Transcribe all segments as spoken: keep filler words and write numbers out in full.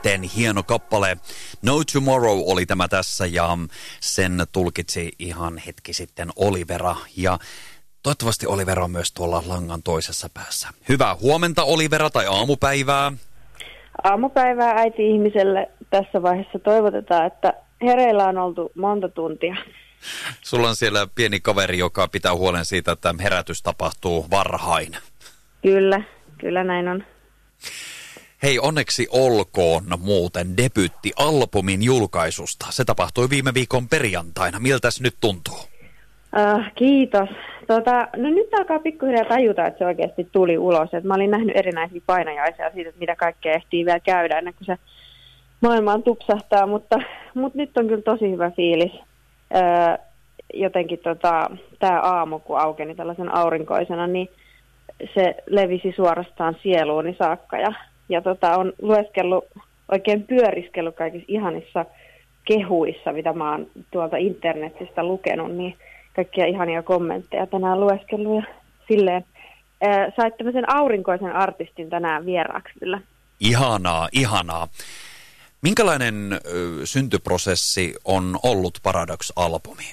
sitten hieno kappale. No Tomorrow oli tämä tässä ja sen tulkitsi ihan hetki sitten Olivera ja toivottavasti Olivera on myös tuolla langan toisessa päässä. Hyvää huomenta Olivera tai aamupäivää. Aamupäivää äiti-ihmiselle tässä vaiheessa toivotetaan, että hereillä on oltu monta tuntia. Sulla on siellä pieni kaveri, joka pitää huolen siitä, että herätys tapahtuu varhain. Kyllä, kyllä näin on. Hei, onneksi olkoon muuten debyyttialbumin julkaisusta. Se tapahtui viime viikon perjantaina. Miltäs nyt tuntuu? Uh, kiitos. Tota, no nyt alkaa pikkuhiljaa tajuta, että se oikeasti tuli ulos. Et mä olin nähnyt erinäisiä painajaisia siitä, että mitä kaikkea ehtii vielä käydä ennen kuin se maailmaan tupsahtaa. Mutta, mutta nyt on kyllä tosi hyvä fiilis. Uh, jotenkin tota, tämä aamu, kun aukeni tällaisen aurinkoisena, niin se levisi suorastaan sieluuni saakka. Ja, ja tota, on lueskellut, oikein pyöriskellyt kaikissa ihanissa kehuissa, mitä mä oon tuolta internetistä lukenut, niin kaikkia ihania kommentteja tänään lueskellut ja silleen. Ää, sait tämmöisen aurinkoisen artistin tänään vieraaksi kyllä. Ihanaa, ihanaa. Minkälainen ö, syntyprosessi on ollut Paradox-albumi?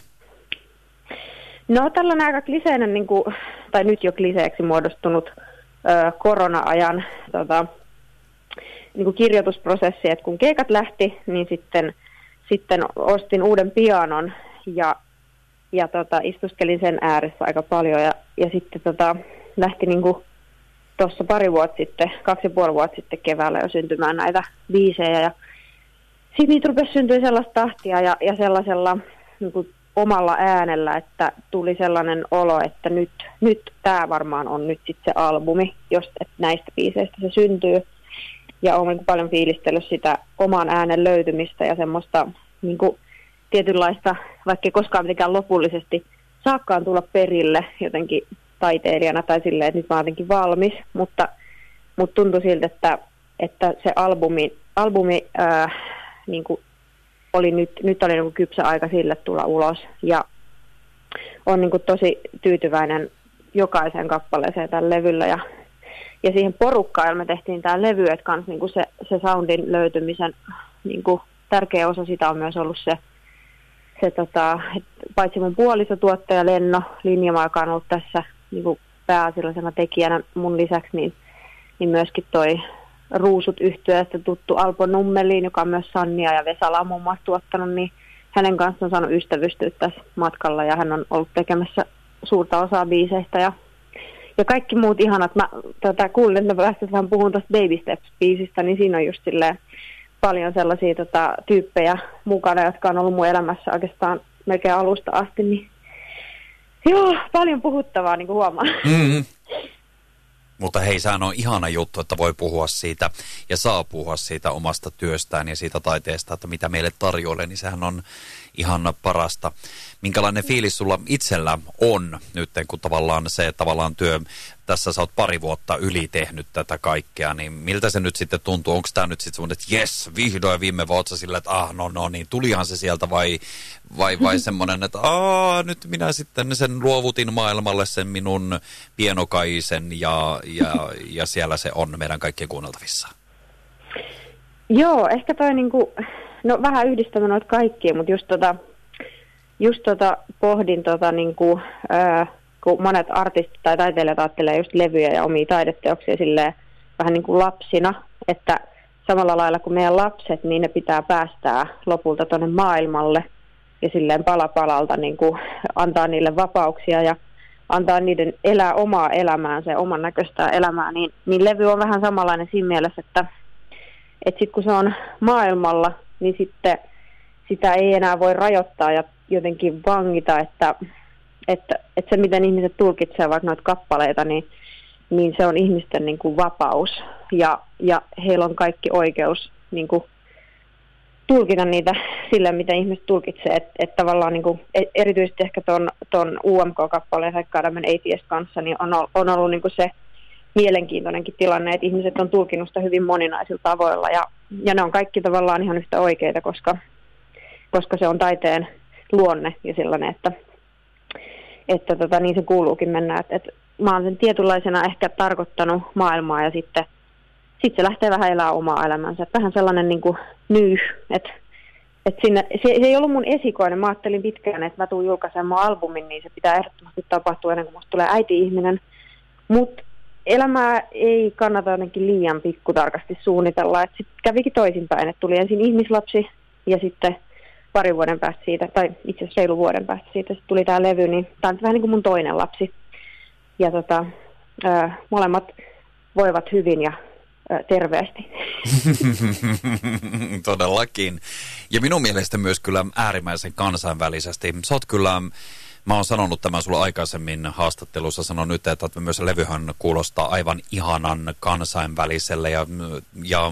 No tällainen aika kliseinen, niin kuin, tai nyt jo kliseeksi muodostunut ö, korona-ajan tota, niin kuin kirjoitusprosessi, että kun keikat lähti, niin sitten, sitten ostin uuden pianon ja Ja tota, istuskelin sen ääressä aika paljon ja, ja sitten tota, lähti niinku tuossa pari vuotta sitten, kaksi ja puoli vuotta sitten keväällä jo syntymään näitä biisejä. Ja sitten niitä rupesi syntyä sellaista tahtia ja, ja sellaisella niinku omalla äänellä, että tuli sellainen olo, että nyt, nyt tämä varmaan on nyt sitten se albumi, jos et näistä biiseistä se syntyy. Ja olen niinku paljon fiilistellyt sitä oman äänen löytymistä ja semmoista niinku tietynlaista, vaikka ei koskaan mitenkään lopullisesti saakkaan tulla perille jotenkin taiteilijana tai silleen, että nyt mä oon jotenkin valmis, mutta, mutta tuntui siltä, että, että se albumi, albumi ää, niin kuin oli nyt, nyt oli niin kuin kypsä aika sille tulla ulos ja on niin kuin tosi tyytyväinen jokaiseen kappaleeseen tällä levyllä ja, ja siihen porukkaan, jolla me tehtiin tämä levy, että kans niin kuin se, se soundin löytymisen niin kuin tärkeä osa sitä on myös ollut se Se, tota, paitsi mun puolisotuottaja Lenno Linjamaa, joka on ollut tässä niin kuin pääasiallisena tekijänä mun lisäksi, niin, niin myöskin toi Ruusut -yhtyeestä tuttu Alpo Nummeliin, joka on myös Sannia ja Vesalaa muun muassa tuottanut, niin hänen kanssaan on saanut ystävystyä tässä matkalla ja hän on ollut tekemässä suurta osaa biiseistä ja, ja kaikki muut ihanat. Mä tota, kuulin, että mä päästä vähän puhun tuosta Baby Steps-biisistä, niin siinä on just silleen paljon sellaisia tota, tyyppejä mukana, jotka on ollut mun elämässä oikeastaan melkein alusta asti, niin joo, paljon puhuttavaa, niin kuin huomaa. Mm-hmm. Mutta hei, sehän on ihana juttu, että voi puhua siitä ja saa puhua siitä omasta työstään ja siitä taiteesta, että mitä meille tarjoilee, niin sehän on ihan parasta. Minkälainen fiilis sulla itsellä on nyt, kun tavallaan se tavallaan työ, tässä sä oot pari vuotta yli tehnyt tätä kaikkea, niin miltä se nyt sitten tuntuu? Onko tämä nyt sitten semmoinen, että jes, vihdoin viime vuotta sillä, että ah, no, no niin, tulihan se sieltä vai, vai, vai semmoinen, että aah, nyt minä sitten sen luovutin maailmalle sen minun pienokaisen ja, ja, ja siellä se on meidän kaikkien kuunneltavissa. Joo, ehkä toi niinku, no vähän yhdistämään noita kaikkia, mutta just tota, just tota pohdin tota niinku, ää, kun monet artistit tai taiteilijat ajattelee just levyjä ja omia taideteoksia silleen vähän niin kuin lapsina, että samalla lailla kuin meidän lapset, niin ne pitää päästää lopulta tuonne maailmalle ja silleen pala palalta niin kuin antaa niille vapauksia ja antaa niiden elää omaa elämäänsä ja oman näköistä elämää, niin, niin levy on vähän samanlainen siinä mielessä, että että sitten kun se on maailmalla, niin sitten sitä ei enää voi rajoittaa ja jotenkin vangita, että, että, että se miten ihmiset tulkitsevat vaikka noita kappaleita, niin, niin se on ihmisten niin kuin vapaus ja, ja heillä on kaikki oikeus niin kuin tulkita niitä sillä, miten ihmiset tulkitsee, että et tavallaan niin kuin, erityisesti ehkä ton, ton U M K-kappaleen Haikkaadamen Atheist kanssa niin on, on ollut niin kuin se mielenkiintoinenkin tilanne, että ihmiset on tulkinut sitä hyvin moninaisilla tavoilla ja, ja ne on kaikki tavallaan ihan yhtä oikeita, koska, koska se on taiteen luonne ja sellainen, että, että tota, niin se kuuluukin mennä. Et, et mä oon sen tietynlaisena ehkä tarkoittanut maailmaa ja sitten sitten se lähtee vähän elämään omaa elämänsä. Et vähän sellainen niin kuin nyyh, että et sinne, se, se ei ollut mun esikoinen. Mä ajattelin pitkään, että mä tuun julkaisemaan mun albumin, niin se pitää ehdottomasti tapahtua ennen kuin musta tulee äiti-ihminen. Mutta elämää ei kannata jotenkin liian pikkutarkasti suunnitella. Sitten kävikin toisinpäin, että tuli ensin ihmislapsi ja sitten pari vuoden päästä siitä, tai itse asiassa reilu vuoden päästä siitä sitten tuli tämä levy, niin tämä on vähän niin kuin mun toinen lapsi. Ja tota, ö, molemmat voivat hyvin ja ö, terveesti. Todellakin. Ja minun mielestä myös kyllä äärimmäisen kansainvälisesti. Sä oot kyllä, mä oon sanonut tämän sulla aikaisemmin haastattelussa, sanon nyt, että myös levyhän kuulostaa aivan ihanan kansainväliselle ja, ja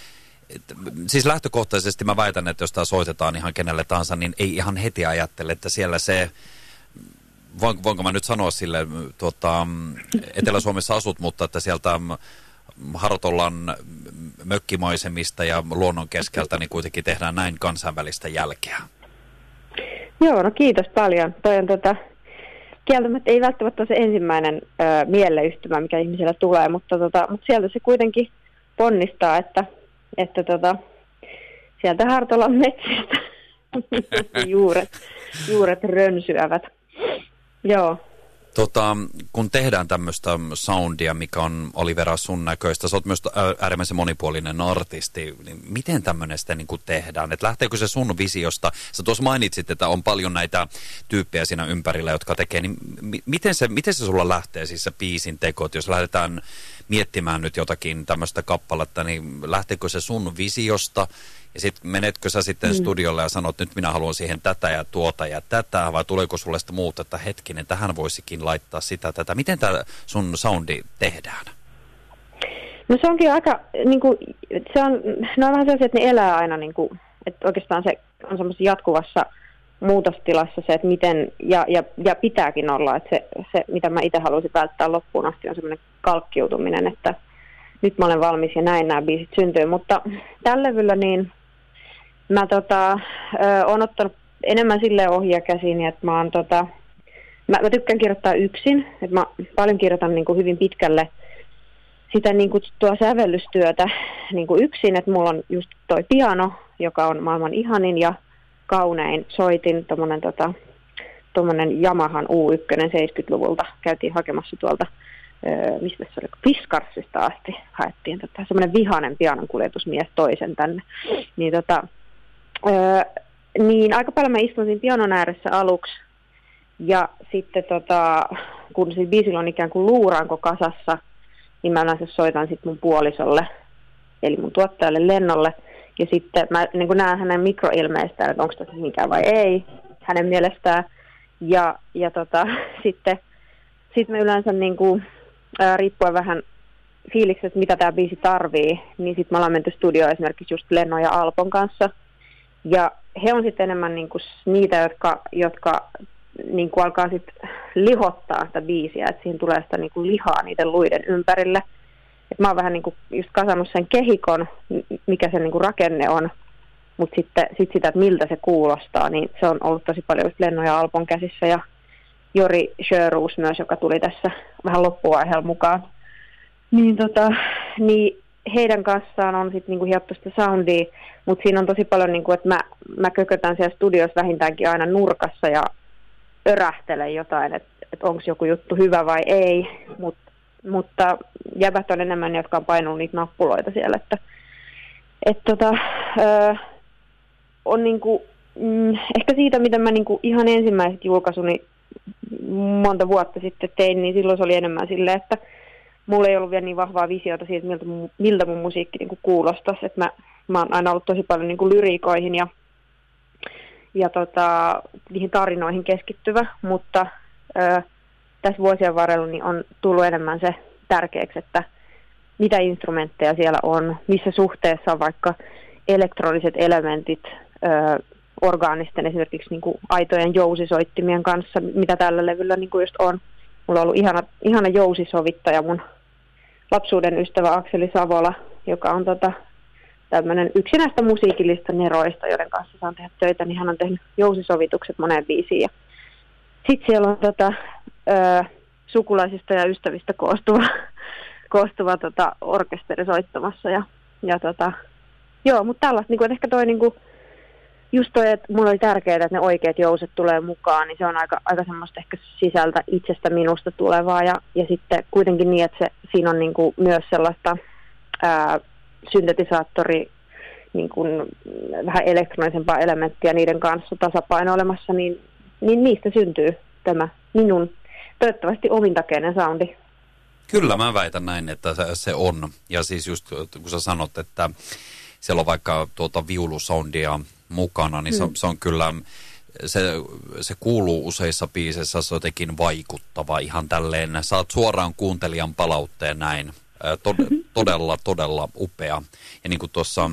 siis lähtökohtaisesti mä väitän, että jos tämä soitetaan ihan kenelle tahansa, niin ei ihan heti ajattele, että siellä se, voinko mä nyt sanoa sille, tuota, Etelä-Suomessa asut, mutta että sieltä Hartolan mökkimaisemista ja luonnon keskeltä niin kuitenkin tehdään näin kansainvälistä jälkeä. Joo, no kiitos paljon. Toi on tota, kieltämättä ei välttämättä ole se ensimmäinen ö, mieleyhtymä, mikä ihmisellä tulee, mutta, tota, mutta sieltä se kuitenkin ponnistaa, että että tota, sieltä Hartolan metsistä juuret, juuret rönsyävät. Joo. Tota, kun tehdään tämmöistä soundia, mikä on Olivera sun näköistä, sä oot myös äärimmäisen monipuolinen artisti, niin miten tämmöinen sitten niin kuin tehdään? Et lähteekö se sun visiosta? Sä tuossa mainitsit, että on paljon näitä tyyppejä siinä ympärillä, jotka tekee, niin miten se, miten se sulla lähtee siis se biisin teko? Jos lähdetään miettimään nyt jotakin tämmöistä kappaletta, niin lähteekö se sun visiosta? Ja sitten menetkö sä sitten mm. studiolle ja sanot, että nyt minä haluan siihen tätä ja tuota ja tätä, vai tuleeko sulle sitä muuta, että hetkinen, tähän voisikin laittaa sitä tätä. Miten tämä sun soundi tehdään? No se onkin aika, niin kuin, se on, ne on vähän sellaisia, että ne elää aina, niin kuin, että oikeastaan se on semmoisessa jatkuvassa muutostilassa se, että miten, ja, ja, ja pitääkin olla, että se, se mitä mä itse haluaisin välttää loppuun asti, on semmoinen kalkkiutuminen, että nyt mä olen valmis ja näin nämä biisit syntyy, mutta tällä levyllä niin mä tota, ö, oon ottanut enemmän silleen ohjia käsiin, että mä oon tota, mä, mä tykkään kirjoittaa yksin, että mä paljon kirjoitan niin kuin hyvin pitkälle sitä niin kutsuttua sävellystyötä niin kuin yksin, että mulla on just toi piano, joka on maailman ihanin ja kaunein soitin, tommonen tota, tommonen Yamahan U yksi seitsemänkymmentäluvulta, käytiin hakemassa tuolta, ö, mistä se oli, Fiskarsista asti haettiin, tota, semmoinen vihainen pianonkuljetusmies toisen tänne, niin tota, Öö, niin aika paljon mä istun siinä pianon ääressä aluksi ja sitten tota, kun siinä biisillä on ikään kuin luuranko kasassa, niin mä yleensä soitan sitten mun puolisolle, eli mun tuottajalle Lennolle, ja sitten mä niin kuin näen hänen mikroilmeistään, että onko tässä minkään vai ei, hänen mielestään, ja, ja tota, sitten sit mä yleensä niin kuin, ää, riippuen vähän fiiliksi, että mitä tää biisi tarvii, niin sitten mä ollaan menty studioon esimerkiksi just Lennon ja Alpon kanssa. Ja he on sitten enemmän niinku niitä, jotka, jotka niinku alkaa sitten lihottaa sitä biisiä, että siihen tulee sitä niinku lihaa niiden luiden ympärille. Et mä oon vähän niinku just kasannut sen kehikon, mikä se niinku rakenne on, mutta sitten sit sitä, että miltä se kuulostaa, niin se on ollut tosi paljon just Lennon ja Alpon käsissä ja Jori Sjöroos myös, joka tuli tässä vähän loppuaiheella mukaan. Niin, tota, niin heidän kanssaan on sitten niinku hiottu sitä soundia, mutta siinä on tosi paljon, niinku, että mä, mä kökötän siellä studiossa vähintäänkin aina nurkassa ja örähtelen jotain, että et onko joku juttu hyvä vai ei, Mut, mutta jäbät on enemmän, jotka on painunut niitä nappuloita siellä, että et tota, ö, on niinku, mm, ehkä siitä, mitä mä niinku ihan ensimmäiset julkaisuni monta vuotta sitten tein, niin silloin se oli enemmän silleen, että mulla ei ollut vielä niin vahvaa visiota siitä, miltä mun, miltä mun musiikki niinku kuulostaisi. Et mä, mä oon aina ollut tosi paljon niinku lyriikoihin ja, ja tota, niihin tarinoihin keskittyvä, mutta ö, tässä vuosien varrella niin on tullut enemmän se tärkeäksi, että mitä instrumentteja siellä on, missä suhteessa on vaikka elektroniset elementit ö, orgaanisten esimerkiksi niinku aitojen jousisoittimien kanssa, mitä tällä levyllä niinku just on. Mulla on ollut ihana, ihana jousisovittaja, mun lapsuuden ystävä Akseli Savola, joka on tota, tämmöinen yksi näistä musiikillista neroista, joiden kanssa saan tehdä töitä, niin hän on tehnyt jousisovitukset moneen biisiin. Sitten siellä on tota, ö, sukulaisista ja ystävistä koostuva koostuva tota, orkesteri soittamassa. Ja, ja tota, joo, mutta tällaista, niin että ehkä toi niinku, just toi, että mulla oli tärkeää, että ne oikeat jouset tulee mukaan, niin se on aika, aika semmoista ehkä sisältä itsestä minusta tulevaa. Ja, ja sitten kuitenkin niin, että se, siinä on niinku myös sellaista ää, syntetisaattori, niin kuin vähän elektronisempaa elementtiä niiden kanssa tasapaino olemassa, niin, niin niistä syntyy tämä minun toivottavasti omintakeinen soundi. Kyllä mä väitän näin, että se on. Ja siis just kun sä sanot, että siellä on vaikka tuota viulusoundia mukana, niin mm. se, se on kyllä, se, se kuuluu useissa biiseissä, se on jotenkin vaikuttava ihan tälleen. Saat suoraan kuuntelijan palautteen näin. Tod, todella, todella upea. Ja niin kuin tuossa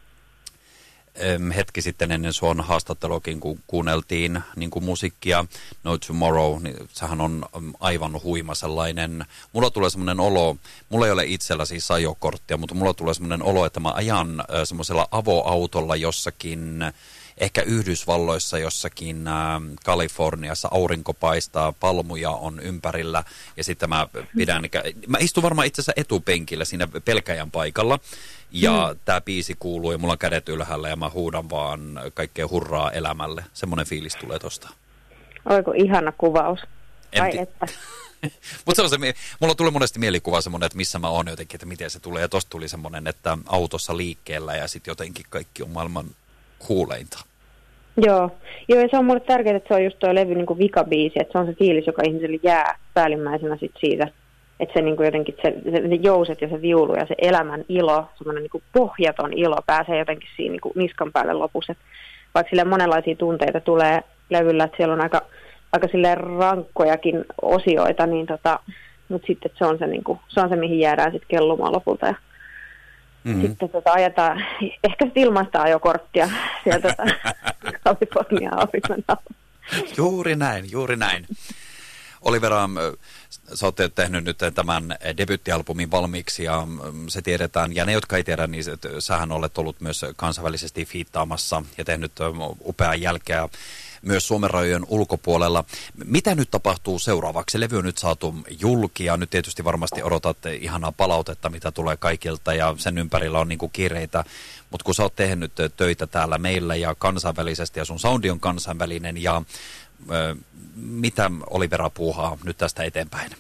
hetki sitten ennen suon haastatteluakin, kun kuunneltiin niin kuin musiikkia No Tomorrow, niin sehän on aivan huima sellainen. Mulla tulee semmoinen olo, mulla ei ole itsellä siis ajokorttia, mutta mulla tulee semmoinen olo, että mä ajan semmoisella avoautolla jossakin, ehkä Yhdysvalloissa jossakin äh, Kaliforniassa, aurinko paistaa, palmuja on ympärillä ja sitten mä pidän, mä istun varmaan itse asiassa etupenkillä siinä pelkäjän paikalla ja mm. tää biisi kuuluu ja mulla on kädet ylhäällä ja mä huudan vaan kaikkea hurraa elämälle. Semmoinen fiilis tulee tosta. Oliko ihana kuvaus? Ai ti- että. Mutta se on se, mulla tulee monesti mielikuva semmoinen, että missä mä oon jotenkin, että miten se tulee. Ja tosta tuli semmoinen, että autossa liikkeellä ja sitten jotenkin kaikki on maailman kuuleinta. Joo. Joo, ja se on mulle tärkeää, että se on just tuo levy niin kuin vikabiisi, että se on se fiilis, joka ihmiselle jää päällimmäisenä sit siitä, että se niin kuin jotenkin se, se, se jouset ja se viulu ja se elämän ilo, semmoinen niin kuin pohjaton ilo pääsee jotenkin siinä niin kuin niskan päälle lopussa. Et vaikka silleen monenlaisia tunteita tulee levyllä, että siellä on aika, aika silleen rankkojakin osioita, niin tota, mutta sitten se on se, niin kuin, se on se, mihin jäädään sitten kellumaan lopulta ja Mm-hmm. Sitten tota, ajetaan, ehkä sitten ilmaista ajokorttia sieltä tota, Kaliforniaa auringon. Juuri näin, juuri näin. Olivera, sä oot tehnyt nyt tämän debyttialbumin valmiiksi ja se tiedetään. Ja ne, jotka ei tiedä, niin sähän olet ollut myös kansainvälisesti fiittaamassa ja tehnyt upeaa jälkeä myös Suomen rajojen ulkopuolella. Mitä nyt tapahtuu seuraavaksi? Levy on nyt saatu julki ja nyt tietysti varmasti odotat ihanaa palautetta, mitä tulee kaikilta ja sen ympärillä on niin kuin kiireitä. Mutta kun sä oot tehnyt töitä täällä meillä ja kansainvälisesti ja sun soundi on kansainvälinen ja ö, mitä Olivera puuhaa nyt tästä eteenpäin?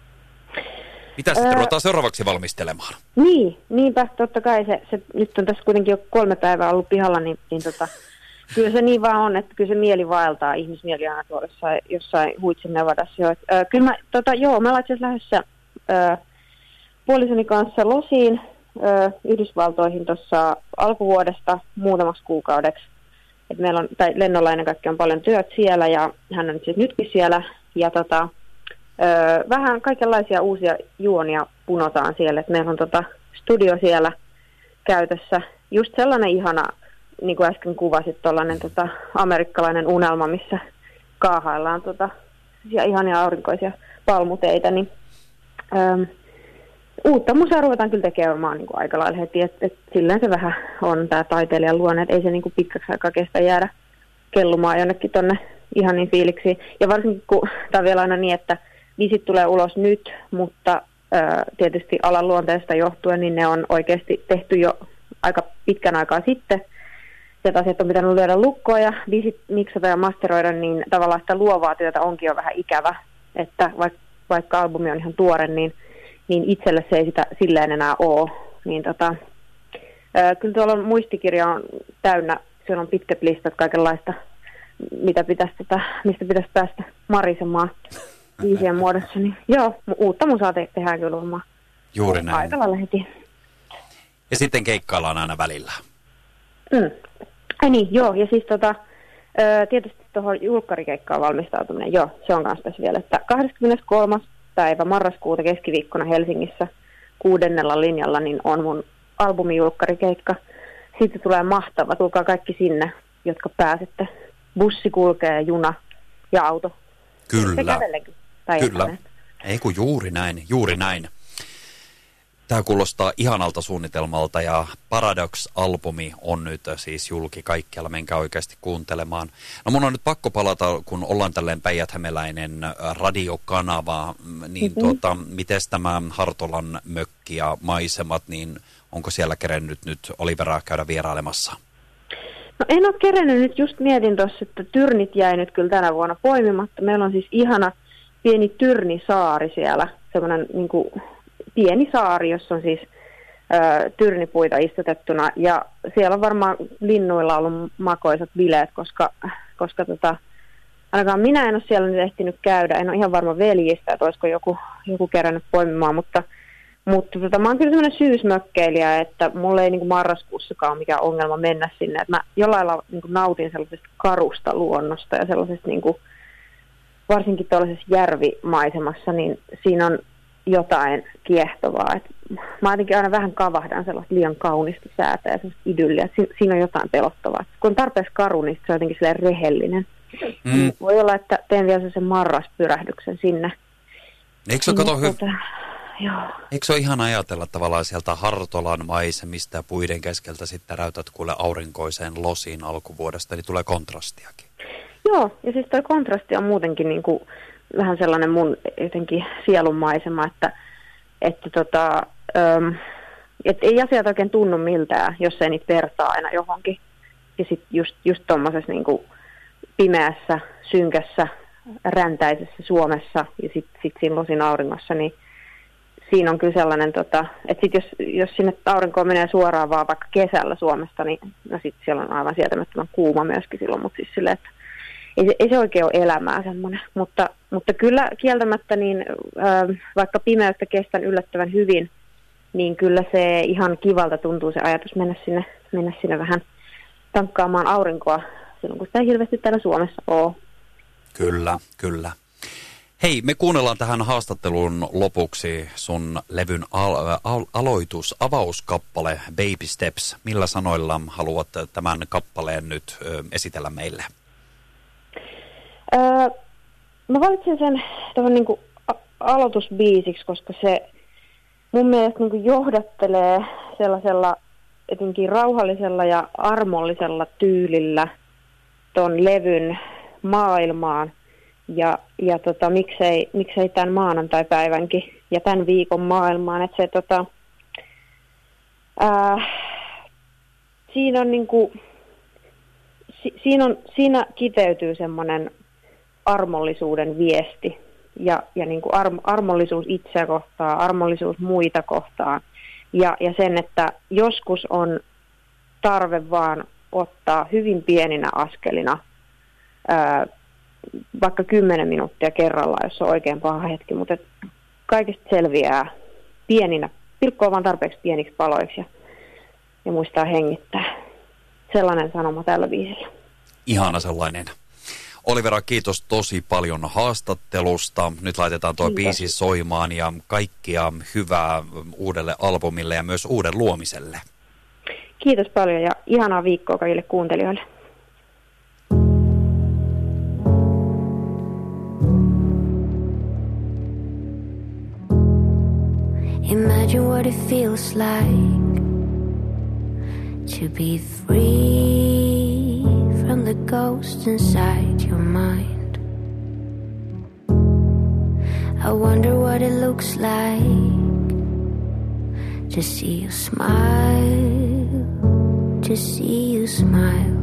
Mitä sitten öö, ruvetaan seuraavaksi valmistelemaan? Niin, niinpä totta kai se, se nyt on tässä kuitenkin jo kolme päivää ollut pihalla, niin, niin tota kyllä se niin vaan on, että kyllä se mieli vaeltaa, ihmismieli aina tuolla jossain, jossain huitsin Nevadassa jo. Öö, kyllä mä, tota, joo, mä olen itse asiassa lähdössä öö, puolisoni kanssa losiin öö, Yhdysvaltoihin tuossa alkuvuodesta muutamaksi kuukaudeksi. Et meillä on, tai lennolla ennen kaikkea on paljon työt siellä ja hän on siis nytkin siellä. Ja tota, öö, vähän kaikenlaisia uusia juonia punotaan siellä, että meillä on tota studio siellä käytössä. Just sellainen ihana, niin kuin äsken kuvasit, tuollainen tota, amerikkalainen unelma, missä kaahaillaan tota, ihania aurinkoisia palmuteita, niin öö, uutta musaa ruvetaan kyllä tekemään niin kuin aika lailla heti, että et silleen se vähän on tämä taiteilijan luonne, että ei se niin kuin pitkäksi aikaa kestä jäädä kellumaan jonnekin tonne ihaniin fiiliksiin. Ja varsinkin kun tämä on vielä aina niin, että biisit tulee ulos nyt, mutta ö, tietysti alan luonteesta johtuen, niin ne on oikeasti tehty jo aika pitkän aikaa sitten. Sieltä asiat on pitänyt lyödä lukkoon ja biisit miksata ja masteroida, niin tavallaan sitä luovaa työtä onkin jo vähän ikävä, että vaikka, vaikka albumi on ihan tuore, niin niin itselle se ei sitä silleen enää ole. Niin tota, ää, kyllä tuolla on muistikirja on täynnä, siellä on pitkät listat kaikenlaista, mitä pitäisi, tota, mistä pitäisi päästä marisemaan biisien muodossa. Niin, joo, uutta musaa te- tehdään kyllä varmaan. Juuri näin. Aika lailla heti. Ja sitten keikkaillaan aina välillä. Mm. Ai niin, joo, ja siis tota, ää, tietysti tuohon julkkarikeikkaan valmistautuminen, joo, se on kanssa tässä vielä, että kahdeskymmeneskolmas päivä marraskuuta keskiviikkona Helsingissä kuudennella linjalla, niin on mun albumijulkkarikeikka. Siitä tulee mahtava. Tulkaa kaikki sinne, jotka pääsette. Bussi kulkee, juna ja auto. Kyllä. Kyllä. Ei kun juuri näin, juuri näin. Tämä kuulostaa ihanalta suunnitelmalta ja Paradox-albumi on nyt siis julki kaikkialla, menkää oikeasti kuuntelemaan. No mun on nyt pakko palata, kun ollaan tälleen päijät-hämeläinen radiokanava, niin mm-hmm. tuota, miten tämä Hartolan mökki ja maisemat, niin onko siellä kerennyt nyt Olivera käydä vierailemassa? No en ole kerennyt, nyt just mietin tuossa, että tyrnit jäi nyt kyllä tänä vuonna poimimatta. Meillä on siis ihana pieni tyrnisaari siellä, semmoinen niin kuin pieni saari, jossa on siis ö, tyrnipuita istutettuna, ja siellä on varmaan linnuilla ollut makoisat bileet, koska, koska tota, ainakaan minä en ole siellä nyt ehtinyt käydä, en ole ihan varma veljistä, että olisiko joku, joku kerännyt poimimaan, mutta, mutta tota, mä oon kyllä sellainen syysmökkeilijä, että mulla ei niin kuin marraskuussakaan ole mikään ongelma mennä sinne, että mä jollain lailla niin kuin nautin sellaisesta karusta luonnosta ja sellaisesta, niin kuin, varsinkin tuollaisessa järvimaisemassa, niin siinä on jotain kiehtovaa. Et mä jotenkin aina vähän kavahdan sellaista liian kaunista säätä ja sellaista idylliä. Si- siinä on jotain pelottavaa. Et kun on tarpeeksi karu, niin se on jotenkin silleen rehellinen. Mm. Voi olla, että teen vielä sen marraspyrähdyksen sinne. Eikö se, kato, hy- tota, Eikö se ole ihan ajatella tavallaan sieltä Hartolan maisemista ja puiden keskeltä sitten räytät kuule aurinkoiseen losiin alkuvuodesta, niin tulee kontrastiakin. Joo, ja siis toi kontrasti on muutenkin niin kuin vähän sellainen mun jotenkin sielunmaisema, että, että tota, äm, et ei asiat oikein tunnu miltään, jos ei niitä vertaa aina johonkin. Ja sitten just, just tuommoisessa niin kuin pimeässä, synkässä, räntäisessä Suomessa ja sitten sit siinä losin auringossa, niin siinä on kyllä sellainen, tota, että sit jos, jos sinne aurinkoon menee suoraan vaan vaikka kesällä Suomesta, niin no sitten siellä on aivan sietämättömän kuuma myöskin silloin, mutta siis silleen, että Ei se, ei se oikein ole elämää semmoinen, mutta, mutta kyllä kieltämättä niin, äh, vaikka pimeyttä kestän yllättävän hyvin, niin kyllä se ihan kivalta tuntuu se ajatus mennä sinne, mennä sinne vähän tankkaamaan aurinkoa silloin, kun sitä ei hirveästi täällä Suomessa ole. Kyllä, kyllä. Hei, me kuunnellaan tähän haastattelun lopuksi sun levyn al- al- aloitus, avauskappale Baby Steps. Millä sanoilla haluat tämän kappaleen nyt ö, esitellä meille? Öö, mä valitsin sen tuohon niinku aloitusbiisiksi, koska se mun mielestä niinku johdattelee sellaisella etenkin rauhallisella ja armollisella tyylillä ton levyn maailmaan ja, ja tota, miksei, miksei tämän maanantaipäivänkin ja tämän viikon maailmaan. Et se, tota, ää, siinä on niinku, si, siinä, on, siinä kiteytyy semmoinen armollisuuden viesti ja, ja niin kuin arm, armollisuus itseä kohtaan, armollisuus muita kohtaan ja, ja sen, että joskus on tarve vaan ottaa hyvin pieninä askelina ää, vaikka kymmenen minuuttia kerrallaan, jos on oikein paha hetki, mutta et kaikista selviää pieninä, pilkkoa vaan tarpeeksi pieniksi paloiksi ja, ja muistaa hengittää. Sellainen sanoma tällä biisillä. Ihana sellainen. Olivera, kiitos tosi paljon haastattelusta. Nyt laitetaan tuo biisi soimaan ja kaikkia hyvää uudelle albumille ja myös uuden luomiselle. Kiitos paljon ja ihanaa viikkoa kaikille kuuntelijoille. Imagine what it feels like to be free from the ghost inside your mind. I wonder what it looks like to see you smile, to see you smile.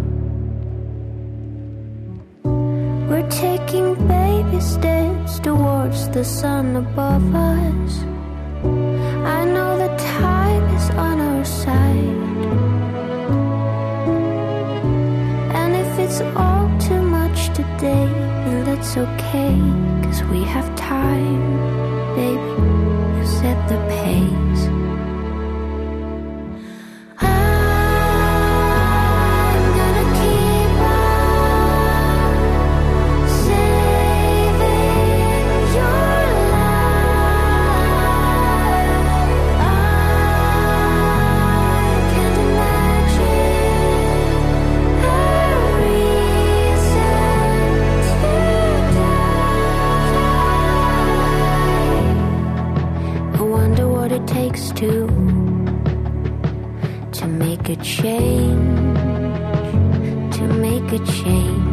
We're taking baby steps towards the sun above us. I know the time is on our side, and if it's all too much today, then that's okay, 'cause we have time, baby, you set the pace. I'm gonna keep on saving your life. I can't imagine a reason to die. I wonder what it takes make a change, to make a change.